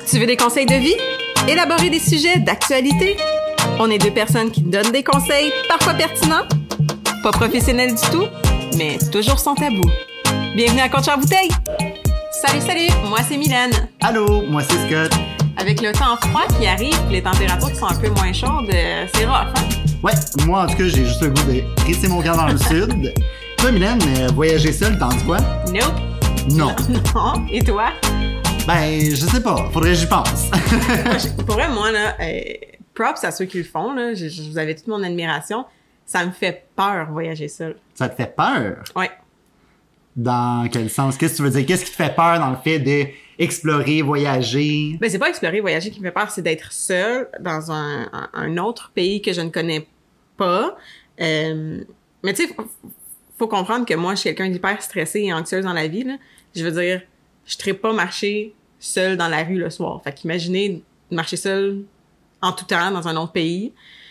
Tu veux des conseils de vie? Élaborer des sujets d'actualité? On est deux personnes qui donnent des conseils, parfois pertinents, pas professionnels du tout, mais toujours sans tabou. Bienvenue à Comptoir Bouteille! Salut! Moi, c'est Mylène. Allô, moi, c'est Scott. Avec le temps froid qui arrive et les températures qui sont un peu moins chaudes, c'est rough, hein? Ouais, moi, en tout cas, j'ai juste le goût de risser mon camp dans le sud. Toi, Mylène, voyager seule, t'en dis quoi? Nope. Non. Non. Et toi? Ben, je sais pas. Faudrait que j'y pense. Pour vrai, moi, là, props à ceux qui le font, là. Vous avez toute mon admiration. Ça me fait peur, voyager seul. Ça te fait peur? Ouais. Dans quel sens? Qu'est-ce que tu veux dire? Qu'est-ce qui te fait peur dans le fait d'explorer, voyager? Ben, c'est pas explorer, voyager qui me fait peur, c'est d'être seule dans un autre pays que je ne connais pas. Mais tu sais, faut comprendre que moi, je suis quelqu'un d'hyper stressé et anxieuse dans la vie, là. Je veux dire, je ne pas marcher seule dans la rue le soir. Fait qu'imaginez marcher seule en tout temps dans un autre pays.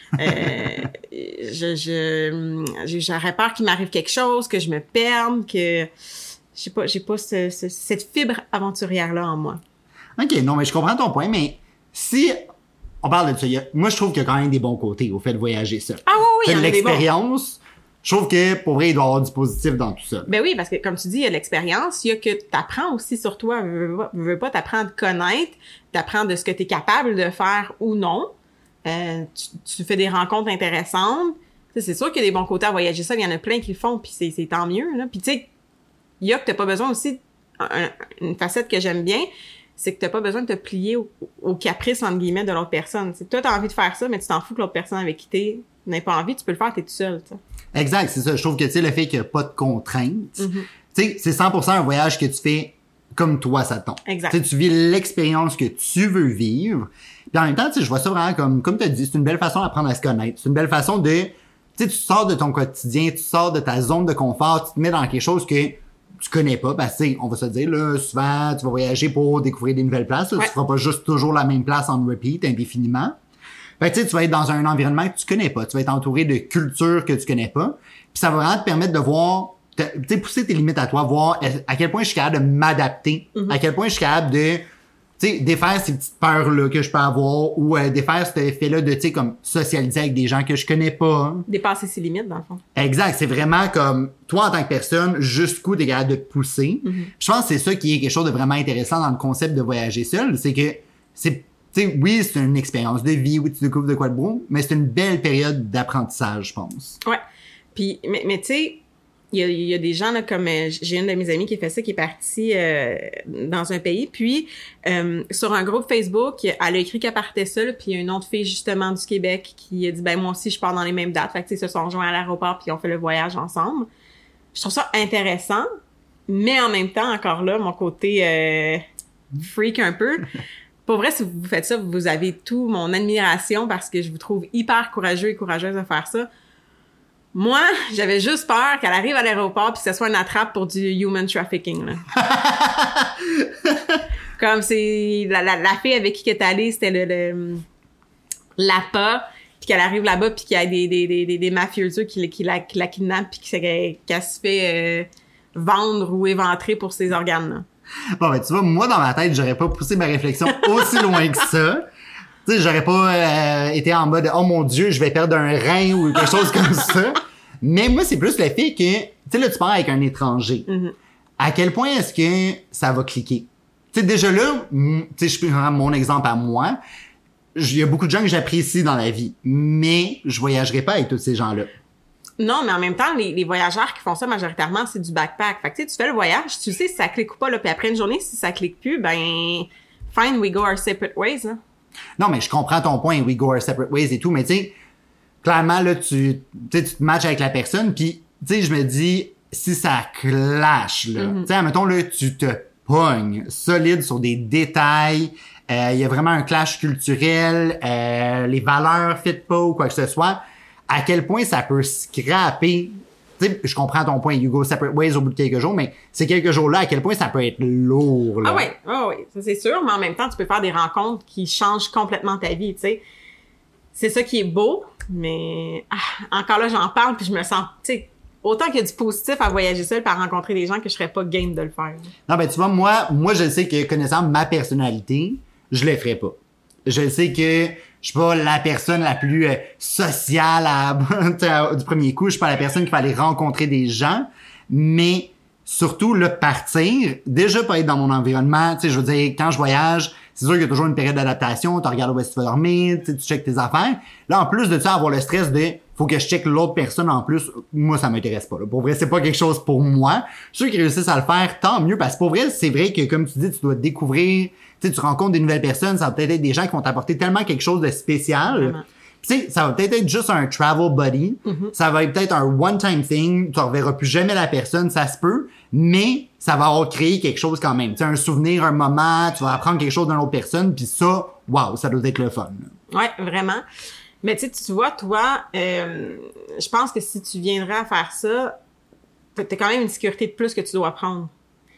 J'aurais peur qu'il m'arrive quelque chose, que je me perde, que j'ai pas cette fibre aventurière-là en moi. OK, non, mais je comprends ton point, mais si on parle de ça, moi, je trouve qu'il y a quand même des bons côtés au fait de voyager seul. Ah oui, il y en a des bons. L'expérience, je trouve que, pour vrai, il doit y avoir du positif dans tout ça. Ben oui, parce que, comme tu dis, il y a l'expérience, il y a que t'apprends aussi sur toi, veux pas, t'apprends à te connaître, t'apprends de ce que t'es capable de faire ou non. Tu fais des rencontres intéressantes. C'est sûr qu'il y a des bons côtés à voyager seul, il y en a plein qui le font, puis c'est tant mieux, là. Puis tu sais, il y a que t'as pas besoin aussi, une facette que j'aime bien, c'est que t'as pas besoin de te plier au caprice, entre guillemets, de l'autre personne. T'sais, toi, t'as envie de faire ça, mais tu t'en fous que l'autre personne avec qui t'es n'ait pas envie, tu peux le faire, t'es tout seul, t'sais. Exact, c'est ça. Je trouve que, tu sais, le fait qu'il n'y a pas de contraintes, tu sais, c'est 100% un voyage que tu fais comme toi, ça tombe. Exact. Tu sais, tu vis l'expérience que tu veux vivre. Puis en même temps, tu sais, je vois ça vraiment comme tu as dit, c'est une belle façon d'apprendre à se connaître. C'est une belle façon de, tu sais, tu sors de ton quotidien, tu sors de ta zone de confort, tu te mets dans quelque chose que tu connais pas. Parce que, on va se dire, là, souvent, tu vas voyager pour découvrir des nouvelles places. Là. Ouais. Tu feras pas juste toujours la même place en repeat indéfiniment. Fait que tu sais, tu vas être dans un environnement que tu connais pas. Tu vas être entouré de cultures que tu connais pas. Puis ça va vraiment te permettre de voir, tu sais, pousser tes limites à toi, voir à quel point je suis capable de m'adapter, à quel point je suis capable de, tu sais, défaire ces petites peurs-là que je peux avoir ou défaire cet effet-là de, tu sais, comme socialiser avec des gens que je connais pas. Hein. Dépasser ses limites, dans le fond. Exact. C'est vraiment comme, toi, en tant que personne, jusqu'où t'es capable de te pousser. Je pense que c'est ça qui est quelque chose de vraiment intéressant dans le concept de voyager seul. C'est que, tu sais, oui, c'est une expérience de vie, oui, tu découvres de quoi de beau, mais c'est une belle période d'apprentissage, je pense. Ouais. Puis, mais tu sais, il y a des gens, là, comme j'ai une de mes amies qui fait ça, qui est partie dans un pays, puis sur un groupe Facebook, elle a écrit qu'elle partait seule, puis il y a une autre fille, justement, du Québec, qui a dit, ben moi aussi, je pars dans les mêmes dates. Fait que, tu sais, ils se sont rejoints à l'aéroport, puis ils ont fait le voyage ensemble. Je trouve ça intéressant, mais en même temps, encore là, mon côté freak un peu. Pour vrai, si vous faites ça, vous avez tout mon admiration parce que je vous trouve hyper courageux et courageuse de faire ça. Moi, j'avais juste peur qu'elle arrive à l'aéroport puis que ce soit une attrape pour du human trafficking, là. Comme c'est la fille avec qui elle est allée, c'était l'APA, puis qu'elle arrive là-bas puis qu'il y a des mafieux qui la kidnappent puis qu'elle se fait vendre ou éventrer pour ses organes-là. Bon, ben, tu vois, moi, dans ma tête, j'aurais pas poussé ma réflexion aussi loin que ça. Tu sais, j'aurais pas été en mode « Oh mon Dieu, je vais perdre un rein » ou quelque chose comme ça. Mais moi, c'est plus le fait que, tu sais, là, tu pars avec un étranger. À quel point est-ce que ça va cliquer? Tu sais, déjà là, tu sais, je peux prendre mon exemple à moi. Il y a beaucoup de gens que j'apprécie dans la vie, mais je voyagerai pas avec tous ces gens-là. Non, mais en même temps, les voyageurs qui font ça, majoritairement, c'est du backpack. Fait que, tu sais, tu fais le voyage, tu sais si ça clique ou pas, là, puis après une journée, si ça clique plus, ben, fine, we go our separate ways, là. Non, mais je comprends ton point, we go our separate ways et tout, mais tu sais, clairement, là, tu te matches avec la personne, puis, tu sais, je me dis, si ça clash, là, tu sais, admettons, là, tu te pognes solide sur des détails, il y a vraiment un clash culturel, les valeurs fit pas ou quoi que ce soit, à quel point ça peut scraper. Tu sais, je comprends ton point, you go separate ways au bout de quelques jours, mais ces quelques jours-là, à quel point ça peut être lourd, là. Ah oui, ça c'est sûr, mais en même temps, tu peux faire des rencontres qui changent complètement ta vie, tu sais. C'est ça qui est beau, mais encore là, j'en parle puis je me sens, tu sais, autant qu'il y a du positif à voyager seul par rencontrer des gens que je serais pas game de le faire. Non, ben tu vois, moi je sais que connaissant ma personnalité, je le ferais pas. Je sais que je suis pas la personne la plus sociale du premier coup. Je suis pas la personne qui va aller rencontrer des gens. Mais surtout, là, partir, déjà pas être dans mon environnement. Tu sais, je veux dire, quand je voyage, c'est sûr qu'il y a toujours une période d'adaptation. Tu regardes où est-ce que tu vas dormir, tu checkes tes affaires. Là, en plus de ça, avoir le stress de faut que je check l'autre personne en plus, moi, ça m'intéresse pas. Là. Pour vrai, c'est pas quelque chose pour moi. Ceux qui réussissent à le faire, tant mieux. Parce que pour vrai, c'est vrai que, comme tu dis, tu dois découvrir, tu sais, tu rencontres des nouvelles personnes, ça va peut-être être des gens qui vont t'apporter tellement quelque chose de spécial. Vraiment. Tu sais, ça va peut-être être juste un travel buddy. Ça va être peut-être un one-time thing. Tu reverras plus jamais la personne, ça se peut. Mais ça va avoir créé quelque chose quand même. Tu sais, un souvenir, un moment, tu vas apprendre quelque chose d'une autre personne. Puis ça, wow, ça doit être le fun. Ouais, vraiment. Mais tu vois, toi, je pense que si tu viendrais à faire ça, t'as quand même une sécurité de plus que tu dois prendre,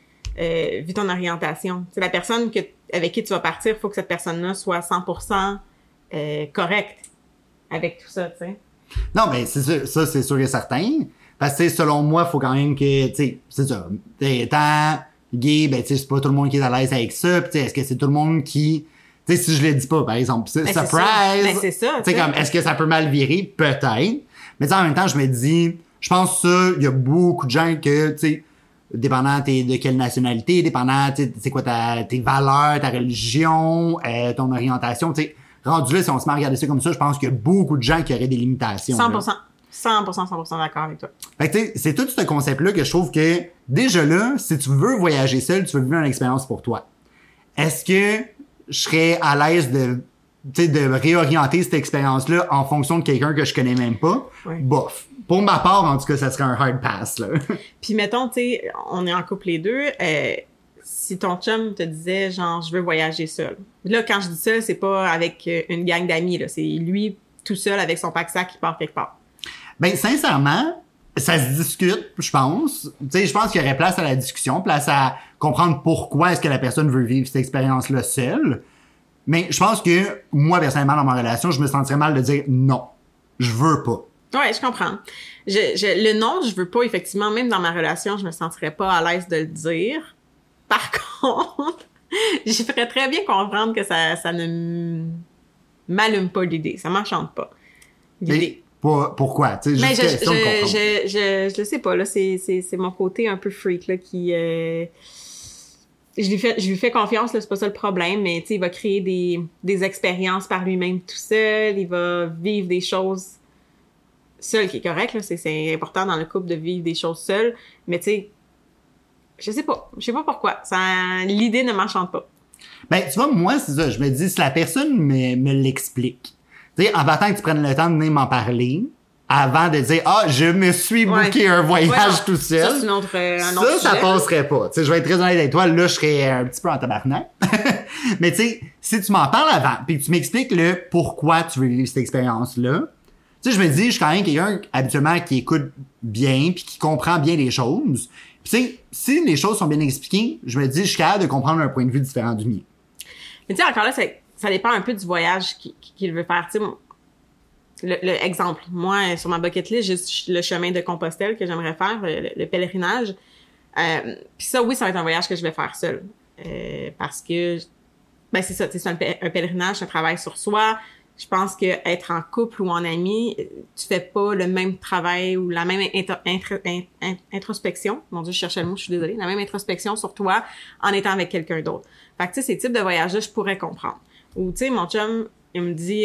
vu ton orientation. C'est la personne avec qui tu vas partir, il faut que cette personne-là soit 100% correcte avec tout ça, tu sais. Non, mais ça, c'est sûr et certain. Parce que, selon moi, il faut quand même que, tu sais, c'est ça. Étant gay, ben, tu sais, c'est pas tout le monde qui est à l'aise avec ça. Puis, est-ce que c'est tout le monde qui... Tu sais, si je le dis pas, par exemple, surprise! C'est ça. Tu sais, comme, est-ce que ça peut mal virer? Peut-être. Mais en même temps, je me dis, je pense ça, il y a beaucoup de gens que, tu sais, dépendant de quelle nationalité, dépendant, tu sais, c'est quoi tes valeurs, ta religion, ton orientation, tu sais, rendu là, si on se met à regarder ça comme ça, je pense qu'il y a beaucoup de gens qui auraient des limitations. 100%. Là. 100% d'accord avec toi. Fait que, tu sais, c'est tout ce concept-là que je trouve que, déjà là, si tu veux voyager seul, tu veux vivre une expérience pour toi. Est-ce que je serais à l'aise de réorienter cette expérience-là en fonction de quelqu'un que je connais même pas? Ouais. Bof. Pour ma part, en tout cas, ça serait un hard pass, là. Puis mettons, tu sais, on est en couple les deux, si ton chum te disait, genre, je veux voyager seul. Là, quand je dis ça, c'est pas avec une gang d'amis, là. C'est lui, tout seul, avec son pack-sac, qui part quelque part. Ben, sincèrement, ça se discute, je pense. Tu sais, je pense qu'il y aurait place à la discussion, place à comprendre pourquoi est-ce que la personne veut vivre cette expérience-là seule. Mais je pense que, moi, personnellement, dans ma relation, je me sentirais mal de dire non. Je veux pas. Ouais, je comprends. Le non, je veux pas, effectivement, même dans ma relation, je me sentirais pas à l'aise de le dire. Par contre, je ferais très bien comprendre que ça ne m'allume pas l'idée. Ça m'enchante pas. L'idée. Pourquoi? Tu sais, juste question de comprendre. Je le sais pas, là. C'est mon côté un peu freak, là, qui, je lui fais confiance, là, c'est pas ça le problème, mais, tu sais, il va créer des expériences par lui-même tout seul. Il va vivre des choses seul, qui est correct, là. C'est important dans le couple de vivre des choses seules. Mais, tu sais, je sais pas pourquoi. L'idée ne m'enchante pas. Ben, tu vois, moi, c'est ça. Je me dis, si la personne me l'explique, tu sais, en partant que tu prennes le temps de venir m'en parler, avant de dire, je me suis booké un voyage tout seul. Ça, c'est un autre sujet. Ça passerait pas. Tu sais, je vais être très honnête avec toi. Là, je serais un petit peu en tabarnak. Mais tu sais, si tu m'en parles avant, puis que tu m'expliques le pourquoi tu veux vivre cette expérience-là, tu sais, je me dis, je suis quand même quelqu'un, habituellement, qui écoute bien, puis qui comprend bien les choses. Puis tu sais, si les choses sont bien expliquées, je me dis, je suis capable de comprendre un point de vue différent du mien. Mais tu sais, encore là, ça dépend un peu du voyage qu'il veut faire. Tu sais, le exemple, moi, sur ma bucket list, j'ai le chemin de Compostelle que j'aimerais faire, le pèlerinage. Puis ça, oui, ça va être un voyage que je vais faire seule. Parce que, ben c'est ça, tu sais, c'est un pèlerinage, c'est un travail sur soi. Je pense que être en couple ou en ami, tu fais pas le même travail ou la même introspection. Mon Dieu, je cherchais le mot, je suis désolée. La même introspection sur toi en étant avec quelqu'un d'autre. Fait que, tu sais, ces types de voyages-là, je pourrais comprendre. Ou, tu sais, mon chum, il me dit,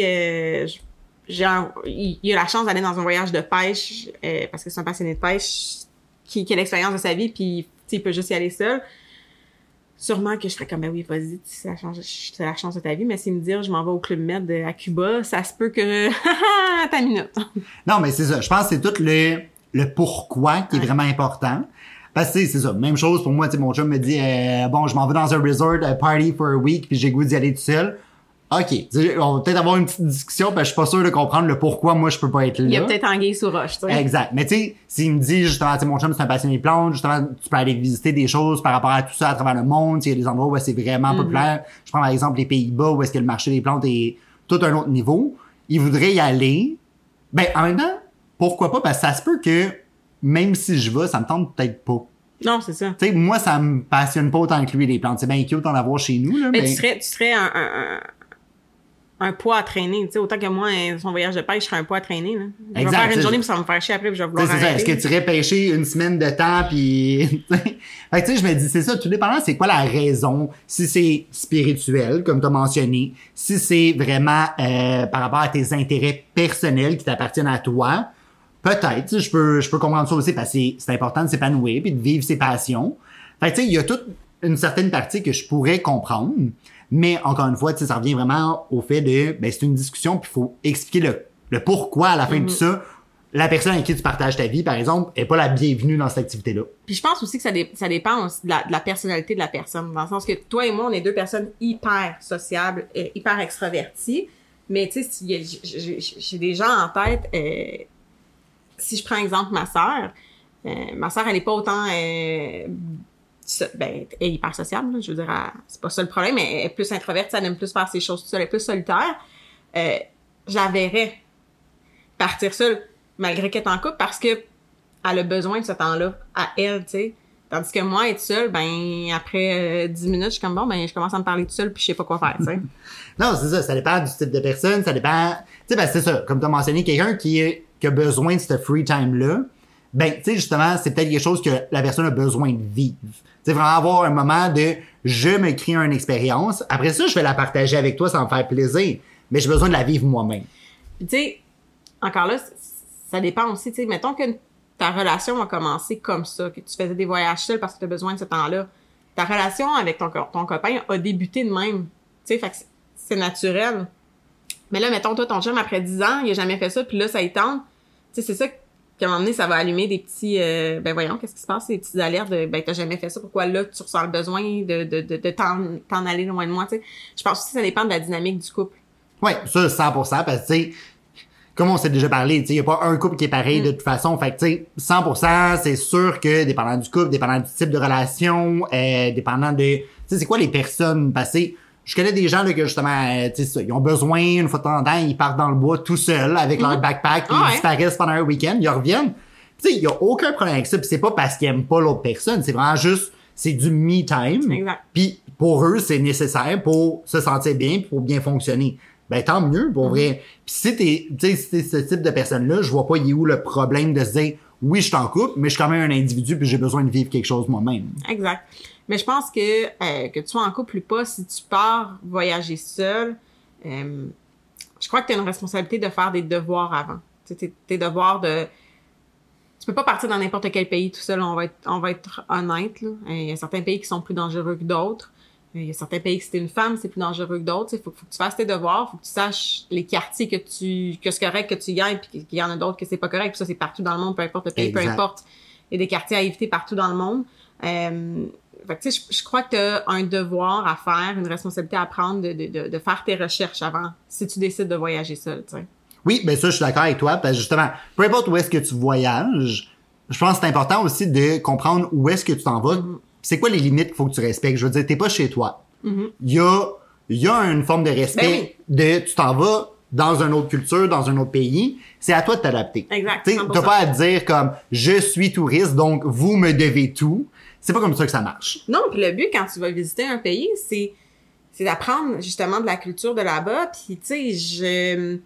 il a la chance d'aller dans un voyage de pêche, parce que c'est un passionné de pêche, qui a l'expérience de sa vie, puis, tu sais, il peut juste y aller seul. Sûrement que je ferais comme, ben oui, vas-y, c'est la chance de ta vie, mais s'il me dit, je m'en vais au Club Med à Cuba, ça se peut que, ta minute. Non, mais c'est ça. Je pense que c'est tout le pourquoi qui est vraiment important. Parce que c'est ça. Même chose pour moi, tu sais, mon chum me dit, bon, je m'en vais dans un resort, party for a week, puis j'ai goût d'y aller tout seul. OK. On va peut-être avoir une petite discussion, parce que je suis pas sûr de comprendre le pourquoi moi je peux pas être là. Il y a peut-être anguille sous roche, tu sais. Exact. Mais tu sais, s'il me dit, justement, tu sais, mon chum, c'est un passionné de plantes, justement, tu peux aller visiter des choses par rapport à tout ça à travers le monde, il y a des endroits où c'est vraiment populaire. Je prends par exemple les Pays-Bas, où est-ce que le marché des plantes est tout un autre niveau. Il voudrait y aller. Ben, en même temps, pourquoi pas? Parce que ça se peut que, même si je vais, ça me tente peut-être pas. Non, c'est ça. Tu sais, moi, ça me passionne pas autant que lui, les plantes. C'est bien cute d'en avoir chez nous, là, Mais mais... tu serais un poids à traîner, tu sais, autant que moi, son voyage de pêche, je serais un poids à traîner, là. Je vais faire une journée, puis ça va me faire chier après, puis je vais vouloir c'est ça. arrêter. Est-ce que tu irais pêcher une semaine de temps, puis... Fait que tu sais, je me dis, c'est ça, tout dépendant, c'est quoi la raison, si c'est spirituel, comme tu as mentionné, si c'est vraiment par rapport à tes intérêts personnels qui t'appartiennent à toi, peut-être, tu sais, je peux comprendre ça aussi, parce que c'est important de s'épanouir, puis de vivre ses passions. Fait que tu sais, il y a toute une certaine partie que je pourrais comprendre, mais encore une fois, tu sais, ça revient vraiment au fait de, ben, c'est une discussion, puis il faut expliquer le pourquoi à la fin de tout ça. La personne avec qui tu partages ta vie, par exemple, est pas la bienvenue dans cette activité-là. Puis je pense aussi que ça dépend aussi de la personnalité de la personne, dans le sens que toi et moi, on est deux personnes hyper sociables, hyper extraverties, mais tu sais, j'ai des gens en tête, si je prends exemple ma sœur, elle est pas autant... elle est hyper sociable, là, je veux dire, c'est pas ça le problème, mais elle est plus introvertie, elle aime plus faire ses choses toute seule, elle est plus solitaire. Je la verrais partir seule, malgré qu'elle est en couple, parce que elle a besoin de ce temps-là à elle, tu sais. Tandis que moi, être seule, ben après 10 minutes, je suis comme bon, ben je commence à me parler toute seule puis je sais pas quoi faire, tu sais. Non, c'est ça, ça dépend du type de personne, ça dépend... Tu sais, ben c'est ça, comme tu as mentionné, quelqu'un qui a besoin de ce free time-là, ben, tu sais, justement, c'est peut-être quelque chose que la personne a besoin de vivre. Tu sais, vraiment avoir un moment de je me crée une expérience. Après ça, je vais la partager avec toi, ça va me faire plaisir. Mais j'ai besoin de la vivre moi-même. Puis, tu sais, encore là, ça dépend aussi, tu sais, mettons que ta relation a commencé comme ça, que tu faisais des voyages seul parce que tu as besoin de ce temps-là. Ta relation avec ton copain a débuté de même. Tu sais, fait que c'est naturel. Mais là, mettons, toi, ton chum, après 10 ans, il a jamais fait ça, puis là, ça y tente. Tu sais, c'est ça qu'à un moment donné, ça va allumer des petits... ben voyons, qu'est-ce qui se passe? Des petites alertes de, ben t'as jamais fait ça, pourquoi là, tu ressens le besoin de t'en aller loin de moi, tu sais. Je pense aussi que ça dépend de la dynamique du couple. Ouais, ça, 100%, parce que, tu sais, comme on s'est déjà parlé, tu sais, il y a pas un couple qui est pareil de toute façon. Fait que, tu sais, 100%, c'est sûr que, dépendant du couple, dépendant du type de relation, dépendant de... Tu sais, c'est quoi les personnes passées? Je connais des gens, là, que justement, tu sais, ils ont besoin, une fois de temps en temps, ils partent dans le bois tout seuls, avec leur backpack, puis ils disparaissent pendant un week-end, ils reviennent. Tu sais, il y a aucun problème avec ça, puis c'est pas parce qu'ils aiment pas l'autre personne, c'est vraiment juste, c'est du me time. Exact. Puis pour eux, c'est nécessaire pour se sentir bien, pour bien fonctionner. Ben, tant mieux, pour vrai. Puis si tu sais, si t'es ce type de personne-là, je vois pas, il est où le problème de se dire, oui, je t'en coupe, mais je suis quand même un individu, puis j'ai besoin de vivre quelque chose moi-même. Exact. Mais je pense que tu sois en couple ou pas, si tu pars voyager seul, je crois que tu as une responsabilité de faire des devoirs avant. Tu sais, tes devoirs de... Tu peux pas partir dans n'importe quel pays tout seul, on va être honnête, là. Il y a certains pays qui sont plus dangereux que d'autres. Il y a certains pays que si t'es une femme, c'est plus dangereux que d'autres. Il faut que tu fasses tes devoirs, faut que tu saches les quartiers que c'est correct que tu y ailles, puis qu'il y en a d'autres que c'est pas correct. Puis ça, c'est partout dans le monde, peu importe le pays, peu importe. Il y a des quartiers à éviter partout dans le monde. Fait que tu sais, je crois que t'as un devoir à faire, une responsabilité à prendre de faire tes recherches avant, si tu décides de voyager seul, tu sais. Oui, ben ça, je suis d'accord avec toi, parce que justement, peu importe où est-ce que tu voyages, je pense que c'est important aussi de comprendre où est-ce que tu t'en vas. C'est quoi les limites qu'il faut que tu respectes? Je veux dire, t'es pas chez toi. Il y a une forme de respect de tu t'en vas dans une autre culture, dans un autre pays. C'est à toi de t'adapter. Exact. T'as pas à te dire comme je suis touriste, donc vous me devez tout. C'est pas comme ça que ça marche. Non, puis le but quand tu vas visiter un pays, c'est d'apprendre justement de la culture de là-bas. Puis tu sais,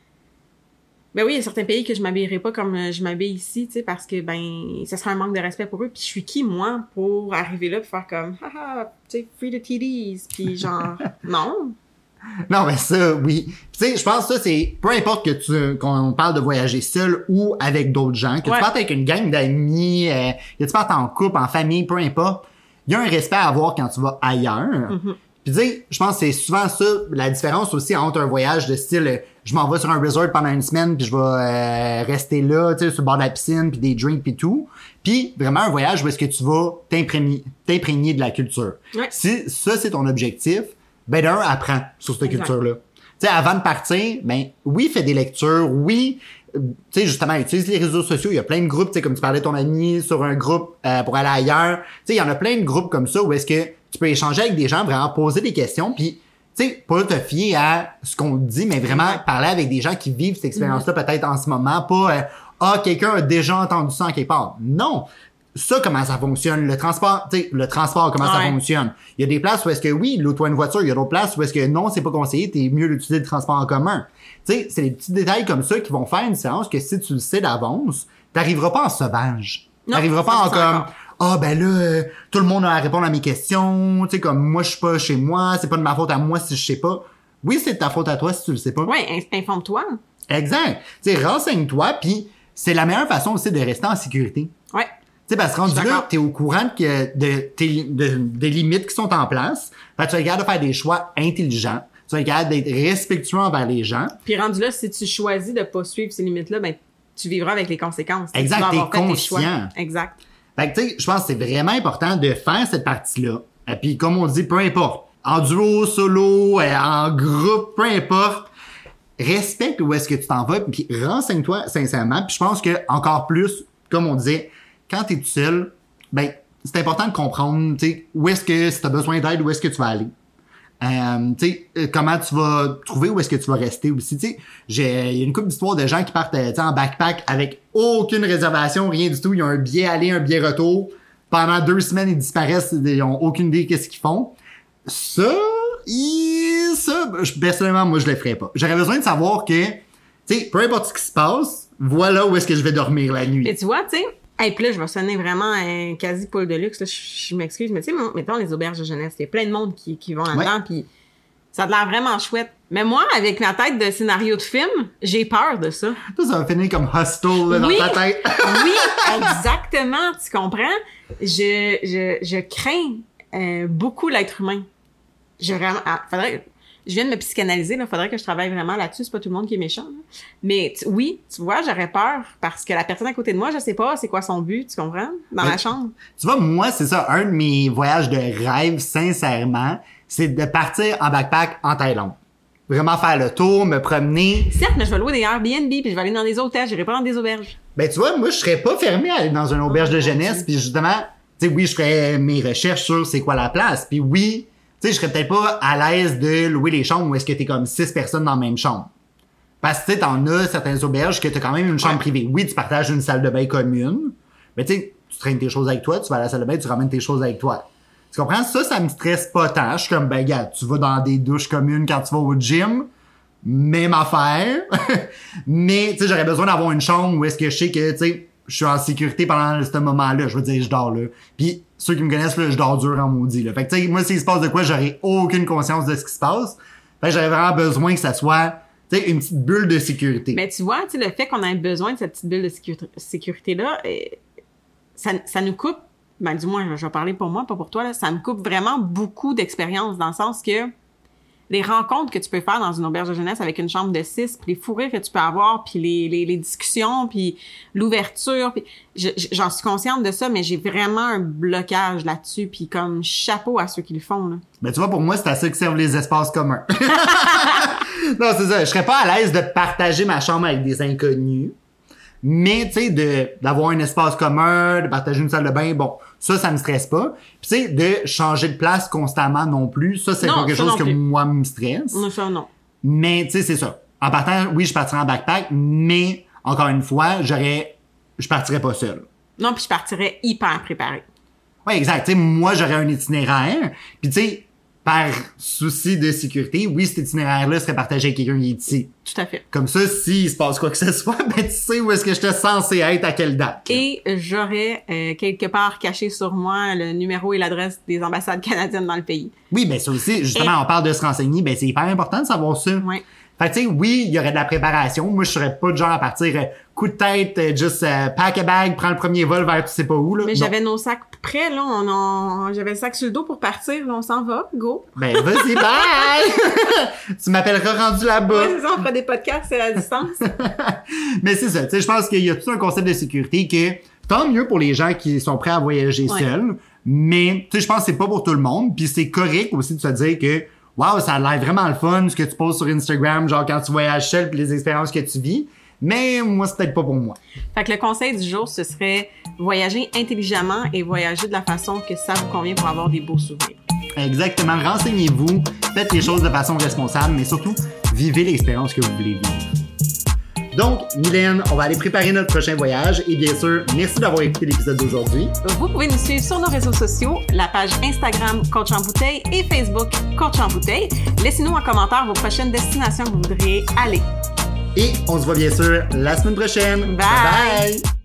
ben oui, il y a certains pays que je m'habillerai pas comme je m'habille ici, tu sais, parce que ben ça serait un manque de respect pour eux. Puis je suis qui moi pour arriver là et faire comme haha, tu sais, free the TDs, puis genre non. Non, mais ça, oui. Tu sais, je pense que ça, c'est... Peu importe qu'on parle de voyager seul ou avec d'autres gens, que tu partes avec une gang d'amis, que tu partes en couple, en famille, peu importe, il y a un respect à avoir quand tu vas ailleurs. Puis tu sais, je pense que c'est souvent ça, la différence aussi entre un voyage de style, je m'en vais sur un resort pendant une semaine, puis je vais rester là, tu sais, sur le bord de la piscine, puis des drinks, puis tout. Puis vraiment un voyage où est-ce que tu vas t'imprégner de la culture. Si ça, c'est ton objectif, ben d'un, apprends sur cette culture-là. Tu sais, avant de partir, ben oui, fais des lectures, oui, tu sais, justement, utilise les réseaux sociaux, il y a plein de groupes, tu sais, comme tu parlais de ton ami sur un groupe pour aller ailleurs. Tu sais, il y en a plein de groupes comme ça où est-ce que tu peux échanger avec des gens, vraiment poser des questions, puis tu sais, pas te fier à ce qu'on te dit, mais vraiment parler avec des gens qui vivent cette expérience-là peut-être en ce moment, pas quelqu'un a déjà entendu ça en quelque part. Non! ça, comment ça fonctionne, le transport, comment ça fonctionne. Il y a des places où est-ce que oui, loue-toi une voiture, il y a d'autres places où est-ce que non, c'est pas conseillé, t'es mieux d'utiliser le transport en commun. Tu sais, c'est des petits détails comme ça qui vont faire une différence que si tu le sais d'avance, t'arriveras pas en sauvage. T'arriveras pas en comme, ben là, tout le monde a à répondre à mes questions, tu sais, comme moi, je suis pas chez moi, c'est pas de ma faute à moi si je sais pas. Oui, c'est de ta faute à toi si tu le sais pas. Ouais, informe-toi. Exact. Tu sais, renseigne-toi, puis c'est la meilleure façon aussi de rester en sécurité. Ouais. Tu sais, parce que rendu là, t'es au courant des limites qui sont en place. Fait que tu vas être capable de faire des choix intelligents. Tu vas être capable d'être respectueux envers les gens. Puis rendu là, si tu choisis de pas suivre ces limites-là, ben tu vivras avec les conséquences. Exact, t'es conscient. Exact. Fait que tu sais, je pense que c'est vraiment important de faire cette partie-là. Et puis comme on dit, peu importe. En duo, solo, en groupe, peu importe. Respecte où est-ce que tu t'en vas, puis renseigne-toi sincèrement. Puis je pense que encore plus, comme on disait, quand t'es tout seul, ben c'est important de comprendre, tu sais, où est-ce que si t'as besoin d'aide, où est-ce que tu vas aller. Tu sais, comment tu vas trouver où est-ce que tu vas rester aussi. Tu sais, il y a une couple d'histoires de gens qui partent en backpack avec aucune réservation, rien du tout. Ils ont un billet aller, un billet retour. Pendant 2 semaines, ils disparaissent. Ils ont aucune idée qu'est-ce qu'ils font. Ça, personnellement, moi, je le ferais pas. J'aurais besoin de savoir que, tu sais, peu importe ce qui se passe, voilà où est-ce que je vais dormir la nuit. Et tu vois, tu sais, et puis là, je vais sonner vraiment un quasi poule de luxe. Là, je m'excuse, mais tu sais, mettons les auberges de jeunesse, il y a plein de monde qui vont là-dedans, puis ça a l'air vraiment chouette. Mais moi, avec ma tête de scénario de film, j'ai peur de ça. Ça va finir comme Hostel là, dans ta tête. Oui, exactement, tu comprends? Je crains beaucoup l'être humain. Je viens de me psychanalyser, là. Faudrait que je travaille vraiment là-dessus. C'est pas tout le monde qui est méchant, là. Mais oui, tu vois, j'aurais peur parce que la personne à côté de moi, je sais pas c'est quoi son but, tu comprends? Dans la chambre. Tu vois, moi, c'est ça. Un de mes voyages de rêve, sincèrement, c'est de partir en backpack en Thaïlande. Vraiment faire le tour, me promener. Certes, mais je vais louer des Airbnb puis je vais aller dans des hôtels. J'irai pas dans des auberges. Ben, tu vois, moi, je serais pas fermé à aller dans une auberge de jeunesse puis justement, tu sais, oui, je ferais mes recherches sur c'est quoi la place puis oui, tu sais, je serais peut-être pas à l'aise de louer les chambres où est-ce que t'es comme 6 personnes dans la même chambre. Parce que tu sais, t'en as certaines auberges que t'as quand même une chambre privée. Oui, tu partages une salle de bain commune, mais tu sais, tu traînes tes choses avec toi, tu vas à la salle de bain, tu ramènes tes choses avec toi. Tu comprends? Ça me stresse pas tant. Je suis comme, ben gars, tu vas dans des douches communes quand tu vas au gym, même affaire. Mais tu sais, j'aurais besoin d'avoir une chambre où est-ce que je sais que, tu sais, je suis en sécurité pendant ce moment-là. Je veux dire, je dors là. Puis ceux qui me connaissent, là, je dors dur en maudit, là. Fait que tu sais, moi, s'il se passe de quoi, j'aurais aucune conscience de ce qui se passe. Fait que j'aurais vraiment besoin que ça soit, tu sais, une petite bulle de sécurité. Mais tu vois, tu sais, le fait qu'on ait besoin de cette petite bulle de sécurité-là, ça nous coupe, ben du moins, je vais parler pour moi, pas pour toi, là, ça me coupe vraiment beaucoup d'expérience dans le sens que les rencontres que tu peux faire dans une auberge de jeunesse avec une chambre de 6, puis les fous rires que tu peux avoir, puis les discussions, puis l'ouverture, puis j'en suis consciente de ça, mais j'ai vraiment un blocage là-dessus, puis comme chapeau à ceux qui le font, là. Ben tu vois, pour moi, c'est à ça que servent les espaces communs. Non, c'est ça. Je serais pas à l'aise de partager ma chambre avec des inconnus. Mais, tu sais, d'avoir un espace commun, de partager une salle de bain, bon, ça me stresse pas. Puis, tu sais, de changer de place constamment non plus, ça, c'est pas quelque chose que moi me stresse. Non, ça, non. Mais, tu sais, c'est ça. En partant, oui, je partirais en backpack, mais, encore une fois, je partirais pas seul. Non, puis je partirais hyper préparé. Ouais, exact. Tu sais, moi, j'aurais un itinéraire. Puis, tu sais, par souci de sécurité, oui, cet itinéraire-là serait partagé avec quelqu'un qui est ici. Tout à fait. Comme ça, s'il se passe quoi que ce soit, ben tu sais où est-ce que j'étais censé être à quelle date. Là. Et j'aurais quelque part caché sur moi le numéro et l'adresse des ambassades canadiennes dans le pays. Oui, ben ça aussi, justement, on parle de se renseigner, ben c'est hyper important de savoir ça. Ouais. Fait que tu sais, oui, il y aurait de la préparation. Moi, je serais pas de genre à partir coup de tête, juste pack a bag, prends le premier vol vers tu sais pas où. Là. Mais j'avais nos sacs prêts, là. J'avais le sac sur le dos pour partir. Là, on s'en va. Go. Ben, vas-y, bye! Tu m'appelleras rendu là-bas. Ouais, c'est ça, on fera des podcasts à distance. Mais c'est ça. Tu sais, je pense qu'il y a tout un concept de sécurité que tant mieux pour les gens qui sont prêts à voyager seuls. Mais, tu sais, je pense que c'est pas pour tout le monde. Puis c'est correct aussi de se dire que wow, ça a l'air vraiment le fun, ce que tu poses sur Instagram, genre quand tu voyages seul pis les expériences que tu vis. Mais moi, c'est peut-être pas pour moi. Fait que le conseil du jour, ce serait voyager intelligemment et voyager de la façon que ça vous convient pour avoir des beaux souvenirs. Exactement. Renseignez-vous, faites les choses de façon responsable, mais surtout, vivez l'expérience que vous voulez vivre. Donc, Mylène, on va aller préparer notre prochain voyage et bien sûr, merci d'avoir écouté l'épisode d'aujourd'hui. Vous pouvez nous suivre sur nos réseaux sociaux, la page Instagram Coach en bouteille et Facebook Coach en bouteille. Laissez-nous en commentaire vos prochaines destinations que vous voudriez aller. Et on se voit bien sûr la semaine prochaine. Bye! Bye!